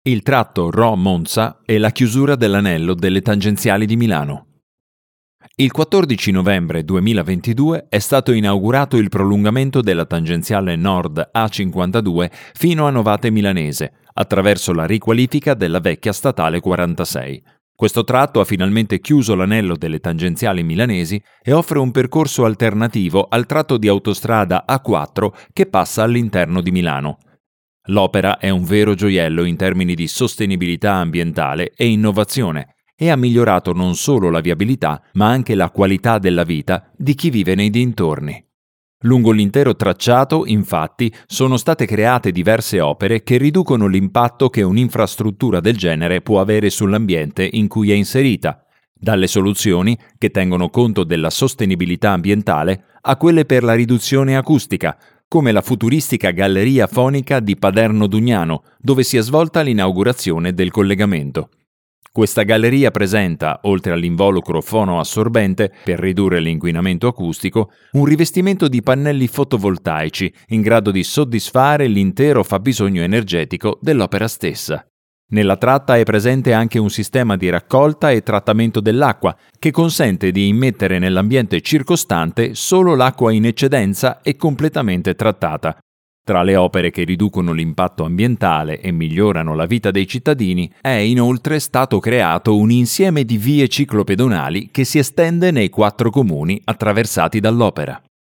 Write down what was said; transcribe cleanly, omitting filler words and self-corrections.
il tratto Rho-Monza e la chiusura dell'anello delle tangenziali di Milano. Il 14 novembre 2022 è stato inaugurato il prolungamento della tangenziale nord A52 fino a Novate Milanese, attraverso la riqualifica della vecchia statale 46. Questo tratto ha finalmente chiuso l'anello delle tangenziali milanesi e offre un percorso alternativo al tratto di autostrada A4 che passa all'interno di Milano. L'opera è un vero gioiello in termini di sostenibilità ambientale e innovazione e ha migliorato non solo la viabilità, ma anche la qualità della vita di chi vive nei dintorni. Lungo l'intero tracciato, infatti, sono state create diverse opere che riducono l'impatto che un'infrastruttura del genere può avere sull'ambiente in cui è inserita, dalle soluzioni che tengono conto della sostenibilità ambientale a quelle per la riduzione acustica, come la futuristica Galleria Fonica di Paderno Dugnano, dove si è svolta l'inaugurazione del collegamento. Questa galleria presenta, oltre all'involucro fonoassorbente per ridurre l'inquinamento acustico, un rivestimento di pannelli fotovoltaici in grado di soddisfare l'intero fabbisogno energetico dell'opera stessa. Nella tratta è presente anche un sistema di raccolta e trattamento dell'acqua che consente di immettere nell'ambiente circostante solo l'acqua in eccedenza e completamente trattata. Tra le opere che riducono l'impatto ambientale e migliorano la vita dei cittadini è inoltre stato creato un insieme di vie ciclopedonali che si estende nei 4 comuni attraversati dall'opera.